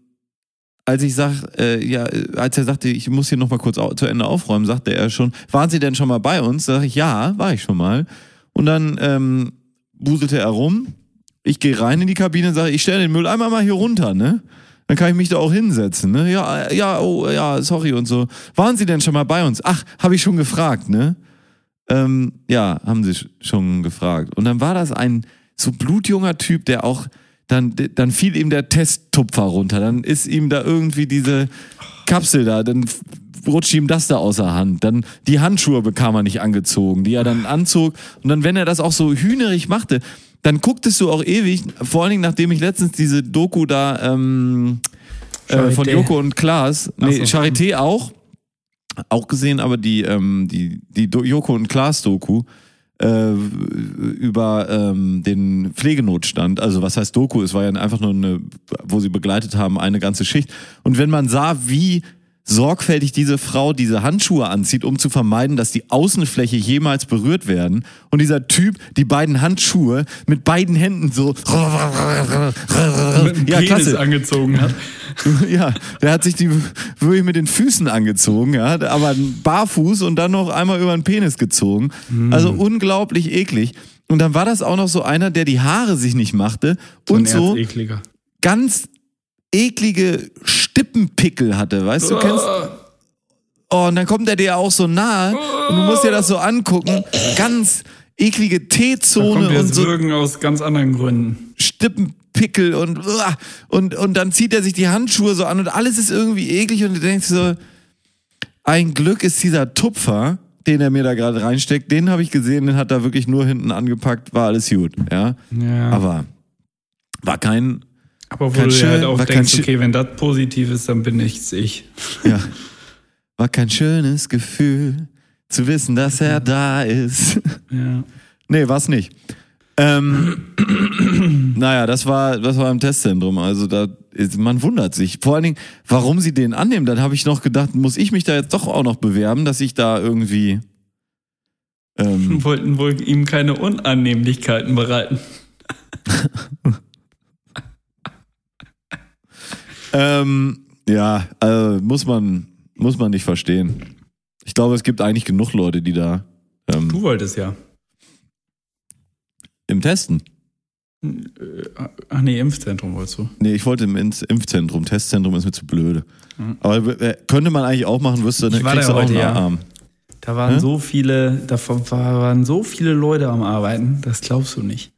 sagte, ich muss hier noch mal kurz zu Ende aufräumen, sagte er schon, waren Sie denn schon mal bei uns? Da sag ich, ja, war ich schon mal. Und dann wuselte er rum. Ich gehe rein in die Kabine und sage, ich stelle den Mülleimer mal hier runter, ne? Dann kann ich mich da auch hinsetzen, ne? Ja, sorry und so. Waren Sie denn schon mal bei uns? Ach, habe ich schon gefragt, ne? Ja, haben Sie schon gefragt. Und dann war das ein so blutjunger Typ, der auch, dann fiel ihm der Testtupfer runter. Dann ist ihm da irgendwie diese Kapsel da, dann rutscht ihm das da aus der Hand. Dann die Handschuhe bekam er nicht angezogen, die er dann anzog. Und dann, wenn er das auch so hühnerig machte, dann gucktest du auch ewig, vor allen Dingen, nachdem ich letztens diese Doku da von Joko und Klaas, Charité auch gesehen, aber die Joko und Klaas Doku über den Pflegenotstand, also was heißt Doku, es war ja einfach nur wo sie begleitet haben, eine ganze Schicht. Und wenn man sah, wie sorgfältig diese Frau diese Handschuhe anzieht, um zu vermeiden, dass die Außenfläche jemals berührt werden. Und dieser Typ die beiden Handschuhe mit beiden Händen so mit dem Penis angezogen hat. Ja, der hat sich die wirklich mit den Füßen angezogen, ja, aber barfuß und dann noch einmal über den Penis gezogen. Also unglaublich eklig. Und dann war das auch noch so einer, der die Haare sich nicht machte und so ganz eklige Stippenpickel hatte, weißt du, kennst? Oh, und dann kommt er dir auch so nahe und du musst dir das so angucken. Ganz eklige T-Zone und so. Würgen aus ganz anderen Gründen. Stippenpickel und dann zieht er sich die Handschuhe so an und alles ist irgendwie eklig und du denkst so, ein Glück ist dieser Tupfer, den er mir da gerade reinsteckt, den habe ich gesehen, den hat er wirklich nur hinten angepackt, war alles gut, ja. Aber war kein... Aber wo du dir halt auch denkst, okay, wenn das positiv ist, dann bin ich's ich. Ja. War kein schönes Gefühl, zu wissen, dass er da ist. Ja. Nee, war's nicht. Naja, das war im Testzentrum. Also man wundert sich. Vor allen Dingen, warum sie den annehmen. Dann habe ich noch gedacht, muss ich mich da jetzt doch auch noch bewerben, dass ich da irgendwie... Wollten wohl ihm keine Unannehmlichkeiten bereiten. Ja, also muss man nicht verstehen. Ich glaube, es gibt eigentlich genug Leute, die da... Du wolltest ja. Im Testen? Ach nee, Impfzentrum wolltest du. Nee, ich wollte ins Impfzentrum. Testzentrum ist mir zu blöde. Aber könnte man eigentlich auch machen, wirst du dann kriegst du auch einen Arm. Da waren so viele Leute am Arbeiten, das glaubst du nicht.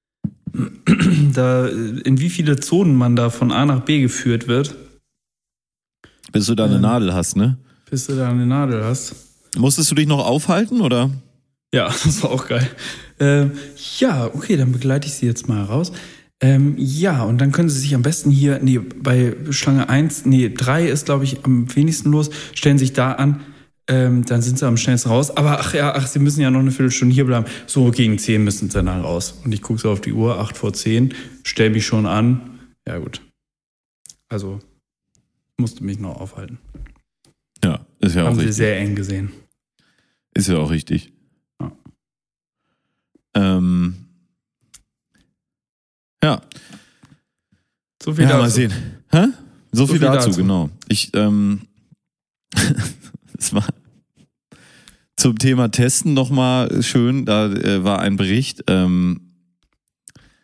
In wie viele Zonen man da von A nach B geführt wird. Bis du da eine Nadel hast, ne? Bis du da eine Nadel hast. Musstest du dich noch aufhalten, oder? Ja, das war auch geil. Ja, okay, dann begleite ich sie jetzt mal raus. Ja, und dann können sie sich am besten hier, bei Schlange 3 ist, glaube ich, am wenigsten los, stellen sich da an, dann sind sie am schnellsten raus. Aber sie müssen ja noch eine Viertelstunde hier bleiben. So, gegen 10 müssen sie dann raus. Und ich gucke so auf die Uhr, 8:10, stell mich schon an. Ja, gut. Also, musste mich noch aufhalten. Ja, ist ja auch richtig. Haben sie sehr eng gesehen. Ist ja auch richtig. Ja. So viel dazu. Mal sehen. Hä? So viel dazu, genau. Es war zum Thema Testen nochmal schön. Da war ein Bericht.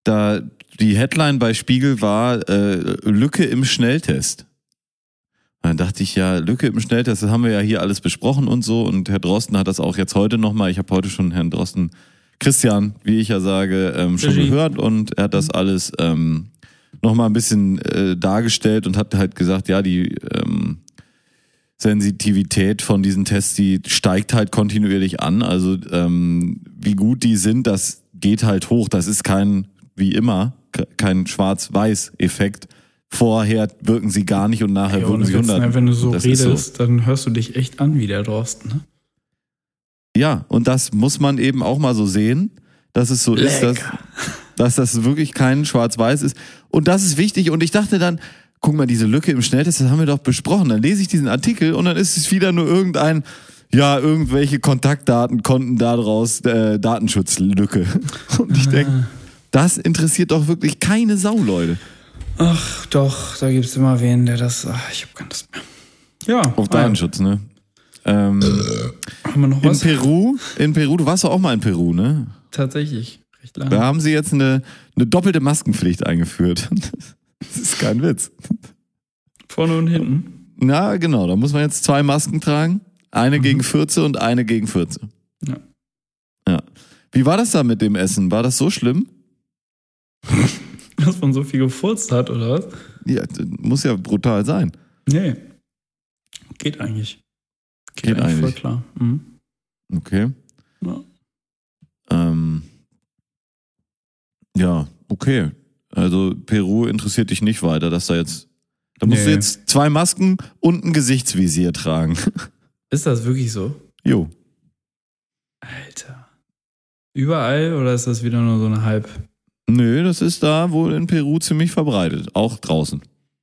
die Headline bei Spiegel war Lücke im Schnelltest. Dann dachte ich, ja, Lücke im Schnelltest, das haben wir ja hier alles besprochen und so. Und Herr Drosten hat das auch jetzt heute nochmal, ich habe heute schon Herrn Drosten, Christian, wie ich ja sage, schon gehört. Und er hat das alles nochmal ein bisschen dargestellt und hat halt gesagt, ja, die Sensitivität von diesen Tests, die steigt halt kontinuierlich an. Also wie gut die sind, das geht halt hoch. Das ist wie immer, kein Schwarz-Weiß-Effekt. Vorher wirken sie gar nicht und nachher wirken sie 100. Wenn du so redest, dann hörst du dich echt an wie der Drosten, ne? Ja, und das muss man eben auch mal so sehen, dass es so ist, dass das wirklich kein Schwarz-Weiß ist. Und das ist wichtig. Und ich dachte dann, guck mal, diese Lücke im Schnelltest, das haben wir doch besprochen. Dann lese ich diesen Artikel und dann ist es wieder nur irgendwelche Kontaktdaten konnten daraus Datenschutzlücke. Und ich denke, das interessiert doch wirklich keine Sau, Leute. Ach doch, da gibt es immer wen, der das... ich habe keine Lust mehr. Ja. Auf Datenschutz, ne? Haben wir noch was? In Peru, du warst doch auch mal in Peru, ne? Tatsächlich, recht lange. Da haben sie jetzt eine doppelte Maskenpflicht eingeführt. Das ist kein Witz. Vorne und hinten? Na, genau, da muss man jetzt 2 Masken tragen. Eine gegen Fürze und eine gegen Fürze. Ja. Wie war das da mit dem Essen? War das so schlimm? Dass man so viel gefurzt hat, oder was? Ja, muss ja brutal sein. Nee. Geht eigentlich. Geht eigentlich voll klar. Mhm. Okay. Ja. Ja, okay. Also Peru interessiert dich nicht weiter, dass da musst du jetzt 2 Masken und ein Gesichtsvisier tragen. Ist das wirklich so? Jo. Alter. Überall oder ist das wieder nur so eine Halb? Nö, das ist da wohl in Peru ziemlich verbreitet. Auch draußen.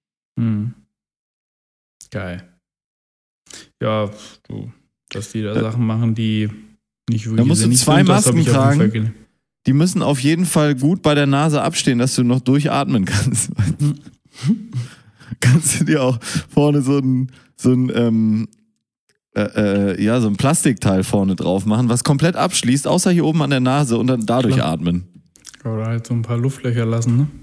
Geil. Ja, dass die da Sachen machen, die nicht wirklich. Da musst du 2 Masken tragen. Die müssen auf jeden Fall gut bei der Nase abstehen, dass du noch durchatmen kannst. Kannst du dir auch vorne so ein Plastikteil vorne drauf machen, was komplett abschließt, außer hier oben an der Nase und dann dadurch atmen. Oder halt so ein paar Luftlöcher lassen, ne?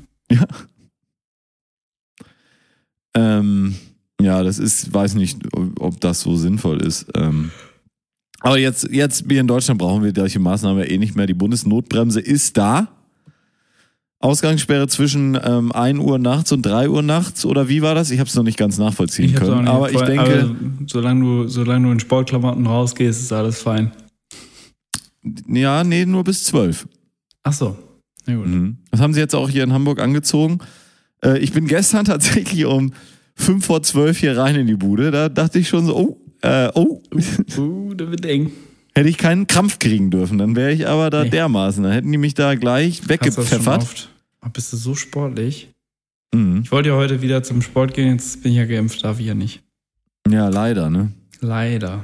Ja. Ja, das ist, weiß nicht, ob das so sinnvoll ist. Aber jetzt wir in Deutschland brauchen wir solche Maßnahmen ja eh nicht mehr. Die Bundesnotbremse ist da. Ausgangssperre zwischen 1 Uhr nachts und 3 Uhr nachts, oder wie war das? Ich habe es noch nicht ganz nachvollziehen können. Aber ich denke, solange du in Sportklamotten rausgehst, ist alles fein. Ja, nee, nur bis 12. Ach so. Na gut. Das haben sie jetzt auch hier in Hamburg angezogen. Ich bin gestern tatsächlich um 11:55 hier rein in die Bude. Da dachte ich schon so, da wird eng. Hätte ich keinen Krampf kriegen dürfen, dann wäre ich aber da dermaßen. Dann hätten die mich da gleich weggepfeffert. Bist du so sportlich? Ich wollte ja heute wieder zum Sport gehen, jetzt bin ich ja geimpft, darf ich ja nicht. Ja, leider, ne? Leider.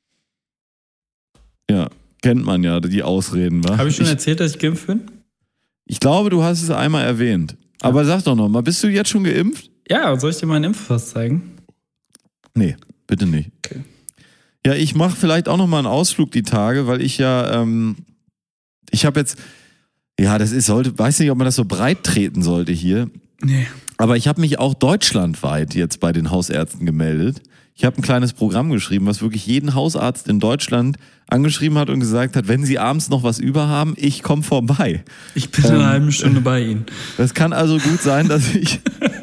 Ja, kennt man ja, die Ausreden, wa? Habe ich schon erzählt, dass ich geimpft bin? Ich glaube, du hast es einmal erwähnt. Ja. Aber sag doch noch mal, bist du jetzt schon geimpft? Ja, soll ich dir meinen Impfpass zeigen? Nee, bitte nicht. Okay. Ja, ich mache vielleicht auch noch mal einen Ausflug die Tage, weil ich ja, ich habe jetzt, ja, weiß nicht, ob man das so breit treten sollte hier. Nee. Aber ich habe mich auch deutschlandweit jetzt bei den Hausärzten gemeldet. Ich habe ein kleines Programm geschrieben, was wirklich jeden Hausarzt in Deutschland angeschrieben hat und gesagt hat, wenn Sie abends noch was über haben, ich komme vorbei. Ich bin in einer halben Stunde bei Ihnen. Das kann also gut sein, dass ich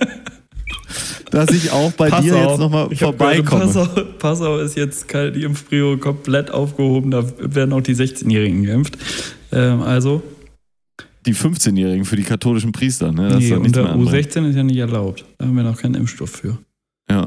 auch bei dir jetzt nochmal vorbeikomme. Passau ist jetzt die Impfprio komplett aufgehoben, da werden auch die 16-Jährigen geimpft. Also. Die 15-Jährigen für die katholischen Priester, ne? Das Nee, ist unter U16 ist ja nicht erlaubt. Da haben wir noch keinen Impfstoff für. Ja.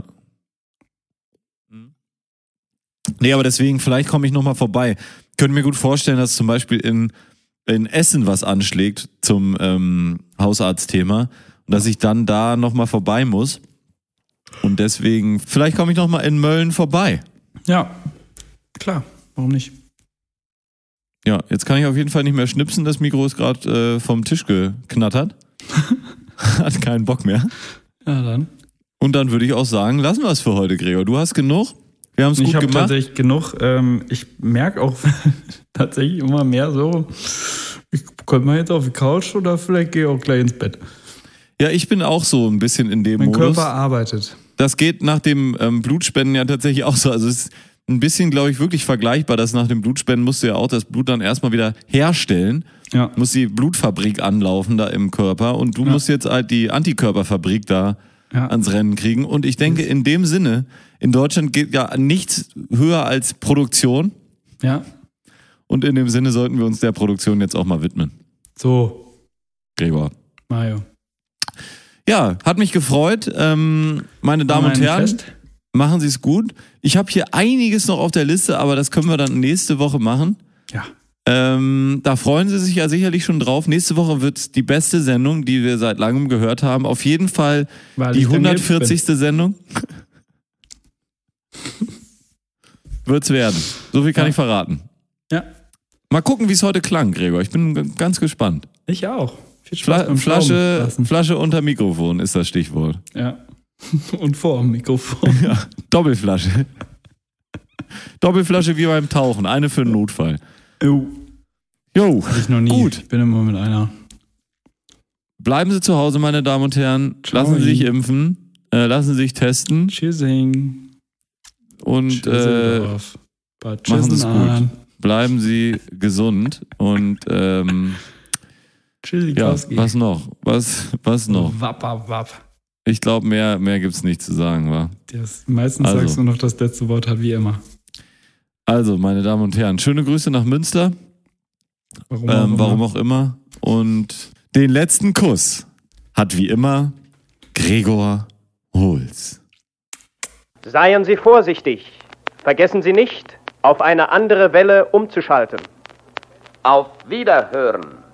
Nee, aber deswegen, vielleicht komme ich nochmal vorbei. Könnte mir gut vorstellen, dass zum Beispiel in Essen was anschlägt zum Hausarztthema und dass ich dann da nochmal vorbei muss. Und deswegen, vielleicht komme ich nochmal in Mölln vorbei. Ja, klar, warum nicht? Ja, jetzt kann ich auf jeden Fall nicht mehr schnipsen. Das Mikro ist gerade vom Tisch geknattert. Hat keinen Bock mehr. Ja, dann. Und dann würde ich auch sagen, lassen wir es für heute, Gregor. Du hast genug. Wir haben es gut gemacht. Ich habe tatsächlich genug. Ich merke auch tatsächlich immer mehr so, Kommt man jetzt auf die Couch oder vielleicht gehe ich auch gleich ins Bett? Ja, ich bin auch so ein bisschen in dem Mein Modus. Körper arbeitet. Das geht nach dem Blutspenden ja tatsächlich auch so. Also es ist ein bisschen, glaube ich, wirklich vergleichbar, dass nach dem Blutspenden musst du ja auch das Blut dann erstmal wieder herstellen. Ja. Muss die Blutfabrik anlaufen da im Körper und du musst jetzt halt die Antikörperfabrik da ans Rennen kriegen. Und ich denke, in dem Sinne, in Deutschland geht ja nichts höher als Produktion. Ja. Und in dem Sinne sollten wir uns der Produktion jetzt auch mal widmen. So. Gregor. Mario. Ja, hat mich gefreut. Meine Damen und Herren, machen Sie es gut. Ich habe hier einiges noch auf der Liste, aber das können wir dann nächste Woche machen. Ja. Da freuen Sie sich ja sicherlich schon drauf. Nächste Woche wird die beste Sendung, die wir seit langem gehört haben. Auf jeden Fall die 140. Sendung. Wird's werden. So viel kann ich verraten. Ja. Mal gucken, wie es heute klang, Gregor. Ich bin ganz gespannt. Ich auch. Viel Spaß beim Flasche unter Mikrofon ist das Stichwort. Ja. Und vor dem Mikrofon. Ja. Doppelflasche. Doppelflasche wie beim Tauchen. Eine für den Notfall. Jo. Hab ich noch nie. Gut. Ich bin immer mit einer. Bleiben Sie zu Hause, meine Damen und Herren. Ciao. Lassen Sie sich impfen. Lassen Sie sich testen. Tschüssing. Und machen Sie es gut. Bleiben Sie gesund. Und was noch? Was noch? Wapp. Ich glaube, mehr gibt's nicht zu sagen, wa? Meistens sagst du noch, das letzte Wort hat wie immer. Also, meine Damen und Herren, schöne Grüße nach Münster. Warum auch immer. Und den letzten Kuss hat wie immer Gregor Holz. Seien Sie vorsichtig. Vergessen Sie nicht, auf eine andere Welle umzuschalten. Auf Wiederhören.